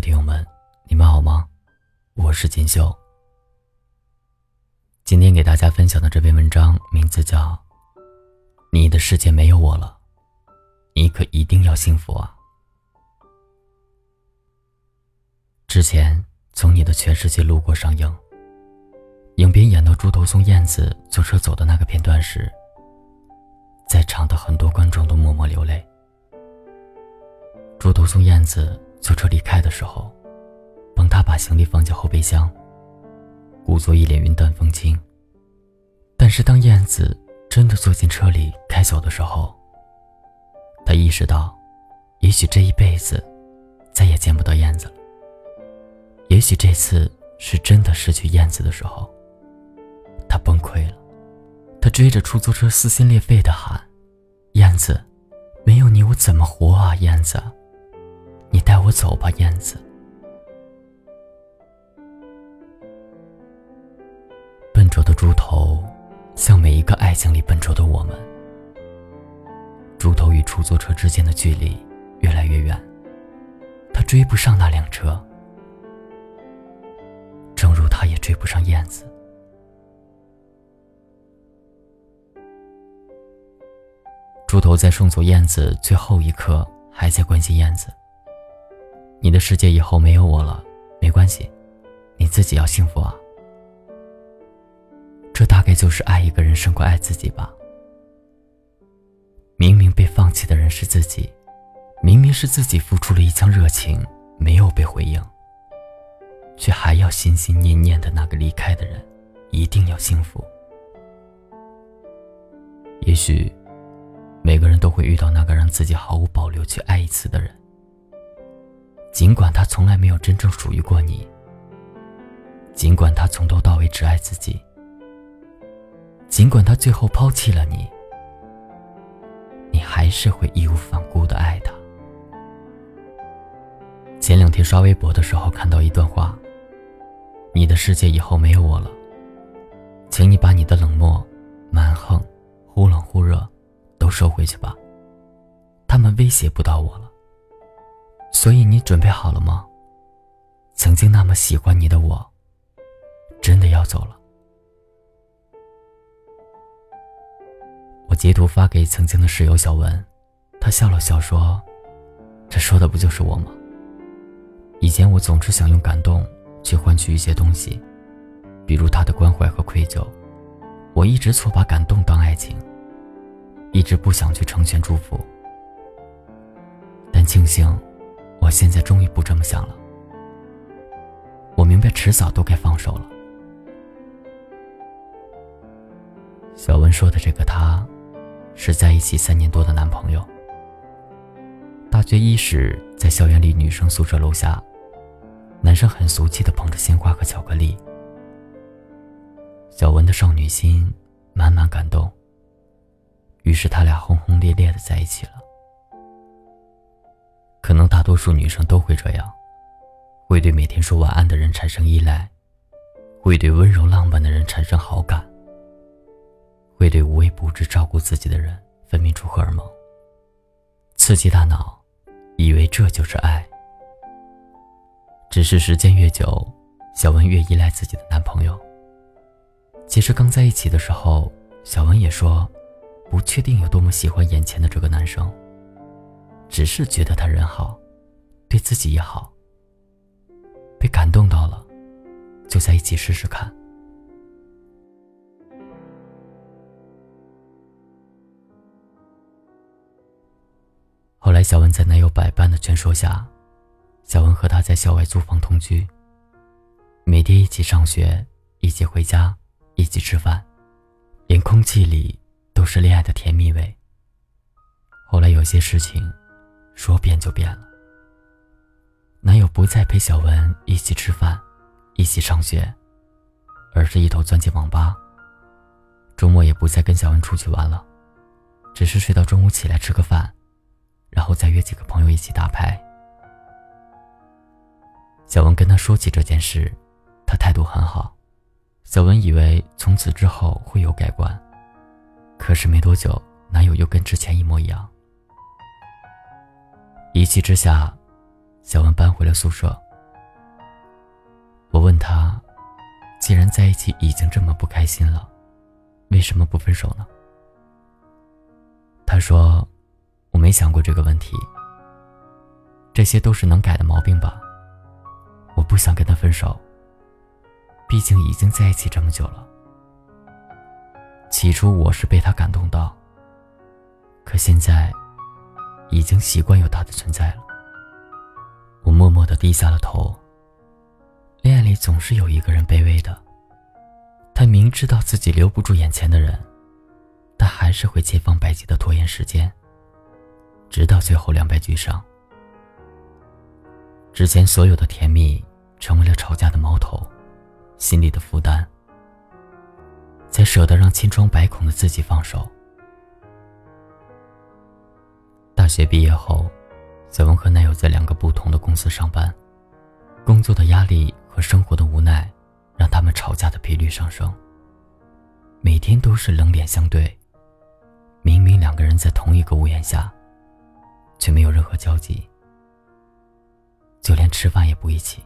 听友们，你们好吗？我是锦绣。今天给大家分享的这篇文章名字叫《你的世界没有我了，你可一定要幸福啊》。之前从你的全世界路过上映，影片演到猪头松燕子坐车走的那个片段时，在场的很多观众都默默流泪。猪头松燕子坐车离开的时候，帮他把行李放进后备箱，故作一脸云淡风轻。但是当燕子真的坐进车里开走的时候，他意识到也许这一辈子再也见不到燕子了，也许这次是真的失去燕子的时候。他崩溃了，他追着出租车撕心裂肺地喊：燕子，没有你我怎么活啊，燕子，你带我走吧，燕子。笨拙的猪头像每一个爱情里笨拙的我们。猪头与出租车之间的距离越来越远，他追不上那辆车，正如他也追不上燕子。猪头在送走燕子最后一刻还在关心燕子：你的世界以后没有我了，没关系，你自己要幸福啊。这大概就是爱一个人胜过爱自己吧。明明被放弃的人是自己，明明是自己付出了一腔热情没有被回应，却还要心心念念的那个离开的人一定要幸福。也许每个人都会遇到那个让自己毫无保留去爱一次的人，尽管他从来没有真正属于过你，尽管他从头到尾只爱自己，尽管他最后抛弃了你，你还是会义无反顾地爱他。前两天刷微博的时候看到一段话：你的世界以后没有我了，请你把你的冷漠、蛮横、忽冷忽热都收回去吧，他们威胁不到我了。所以你准备好了吗？曾经那么喜欢你的我，真的要走了。我截图发给曾经的室友小文，他笑了笑说：这说的不就是我吗？以前我总是想用感动去换取一些东西，比如他的关怀和愧疚。我一直错把感动当爱情，一直不想去成全祝福，但庆幸我现在终于不这么想了。我明白迟早都该放手了。小文说的这个他，是在一起3年多的男朋友。大学一时，在校园里女生宿舍楼下，男生很俗气地捧着鲜花和巧克力。小文的少女心满满感动，于是他俩轰轰烈烈地在一起了。可能大多数女生都会这样，会对每天说晚安的人产生依赖，会对温柔浪漫的人产生好感，会对无微不至照顾自己的人分泌出荷尔蒙，刺激大脑，以为这就是爱。只是时间越久，小文越依赖自己的男朋友。其实刚在一起的时候，小文也说不确定有多么喜欢眼前的这个男生，只是觉得他人好，对自己也好，被感动到了，就在一起试试看。后来小文在男友百般的劝说下，小文和他在校外租房同居，每天一起上学，一起回家，一起吃饭，连空气里都是恋爱的甜蜜味。后来有些事情说变就变了，男友不再陪小文一起吃饭，一起上学，而是一头钻进网吧。周末也不再跟小文出去玩了，只是睡到中午起来吃个饭，然后再约几个朋友一起打牌。小文跟他说起这件事，他态度很好。小文以为从此之后会有改观，可是没多久，男友又跟之前一模一样。一气之下，小文搬回了宿舍， 我问他，既然在一起已经这么不开心了，为什么不分手呢？他说，我没想过这个问题，这些都是能改的毛病吧。我不想跟他分手，毕竟已经在一起这么久了。起初我是被他感动到，可现在已经习惯有他的存在了。我默默地低下了头。恋爱里总是有一个人卑微的，他明知道自己留不住眼前的人，但还是会千方百计地拖延时间，直到最后两败俱伤。之前所有的甜蜜成为了吵架的矛头，心里的负担，才舍得让千疮百孔的自己放手。大学毕业后，小文和男友在2个不同的公司上班，工作的压力和生活的无奈让他们吵架的频率上升，每天都是冷脸相对，明明2个人在同一个屋檐下，却没有任何交集，就连吃饭也不一起。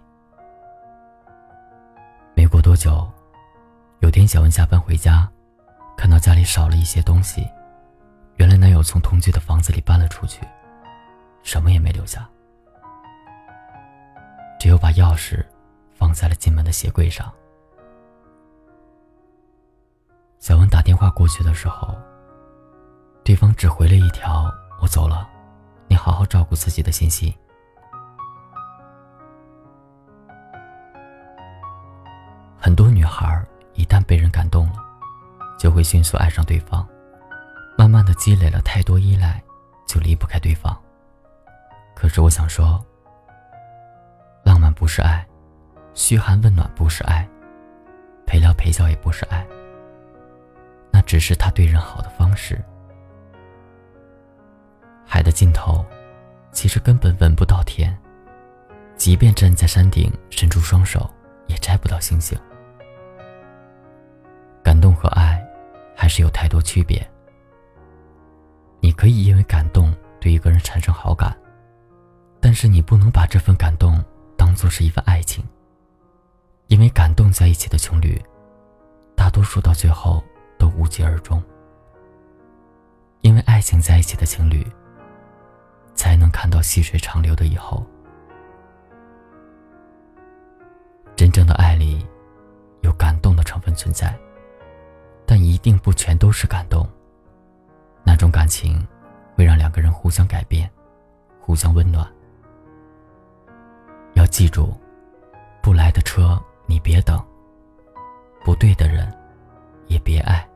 没过多久，有天小文下班回家，看到家里少了一些东西，原来男友从同居的房子里搬了出去，什么也没留下，只有把钥匙放在了进门的鞋柜上。小文打电话过去的时候，对方只回了一条“我走了，你好好照顾自己”的信息。很多女孩一旦被人感动了，就会迅速爱上对方，慢慢的积累了太多依赖，就离不开对方。可是我想说，浪漫不是爱，嘘寒问暖不是爱，陪聊陪笑也不是爱，那只是他对人好的方式。海的尽头其实根本闻不到天，即便站在山顶伸出双手，也摘不到星星。感动和爱还是有太多区别。你可以因为感动对一个人产生好感，但是你不能把这份感动当作是一份爱情。因为感动在一起的情侣，大多数到最后都无疾而终。因为爱情在一起的情侣，才能看到细水长流的以后。真正的爱里有感动的成分存在，但一定不全都是感动。那种感情会让2个人互相改变，互相温暖。要记住，不来的车你别等，不对的人也别爱。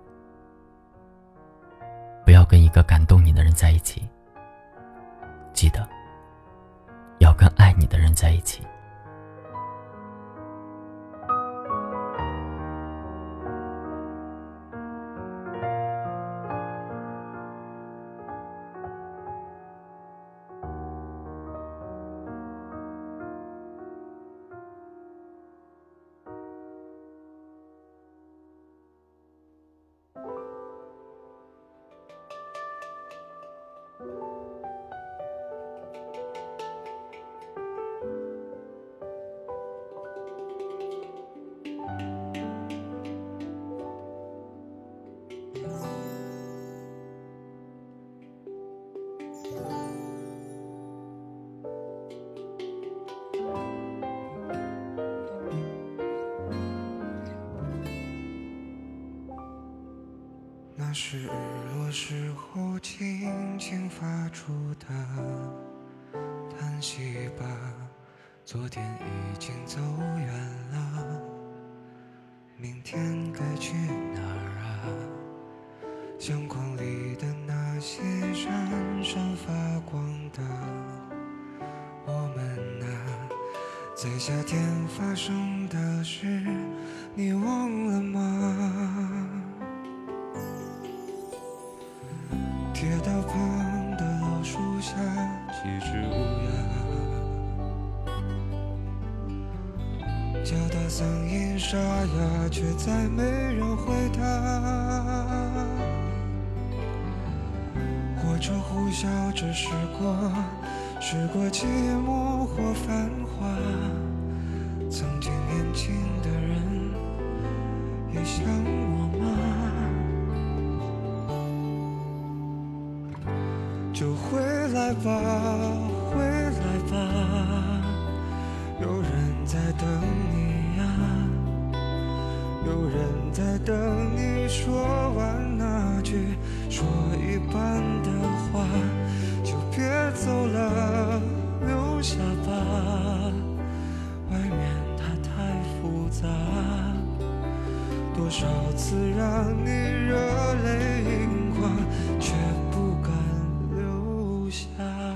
不要跟一个感动你的人在一起，记得要跟爱你的人在一起。 那是日落时候轻轻发出的叹息吧，昨天已经走远了，明天该去哪儿啊？相框里的那些闪闪发光的我们啊，在夏天发生的事你忘了吗？铁道旁的老树下几只乌鸦，叫得嗓音沙哑，却再没人回答。火车呼啸着驶过寂寞或繁华， 曾经年轻的人也像我吗？就回来吧，回来吧，有人在等你呀，有人在等你说完那句说一半的话，就别走了，留下吧，外面它太复杂，多少次让你热泪盈眶，却不敢留下。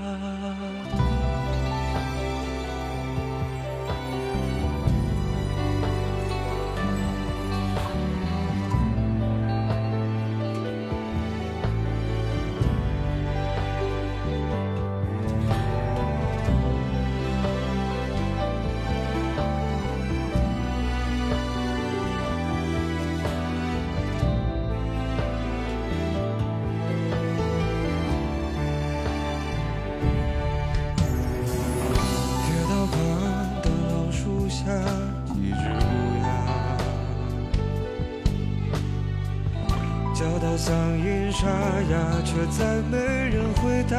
几只乌鸦叫到嗓音沙哑，却再没人回答。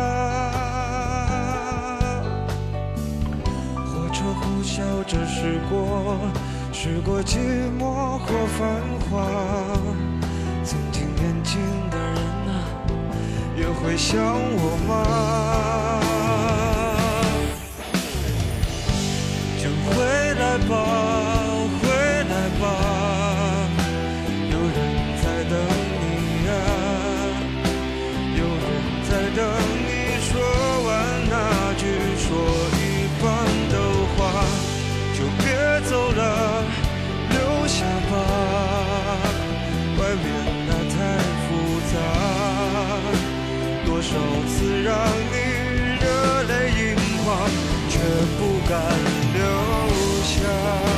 火车呼啸着驶过寂寞或繁华。曾经年轻的人啊，也会想我吗？回来吧，回来吧，有人在等你呀，有人在等你说完那句说一半的话，就别走了，留下吧，外面那太复杂，多少次让你热泪盈眶，却不敢留下。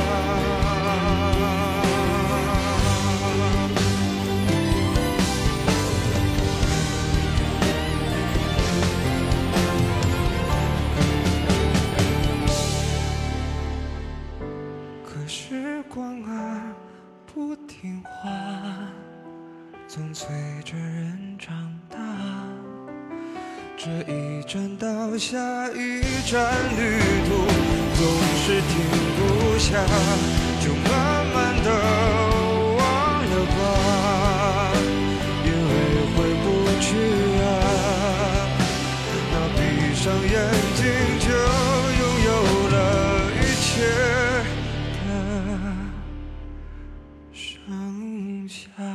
可时光啊，不听话，总催着人长大。这一站到下一站，旅途总是停不下，就慢慢的忘了吧，因为回不去啊，那闭上眼睛就拥有了一切的剩下。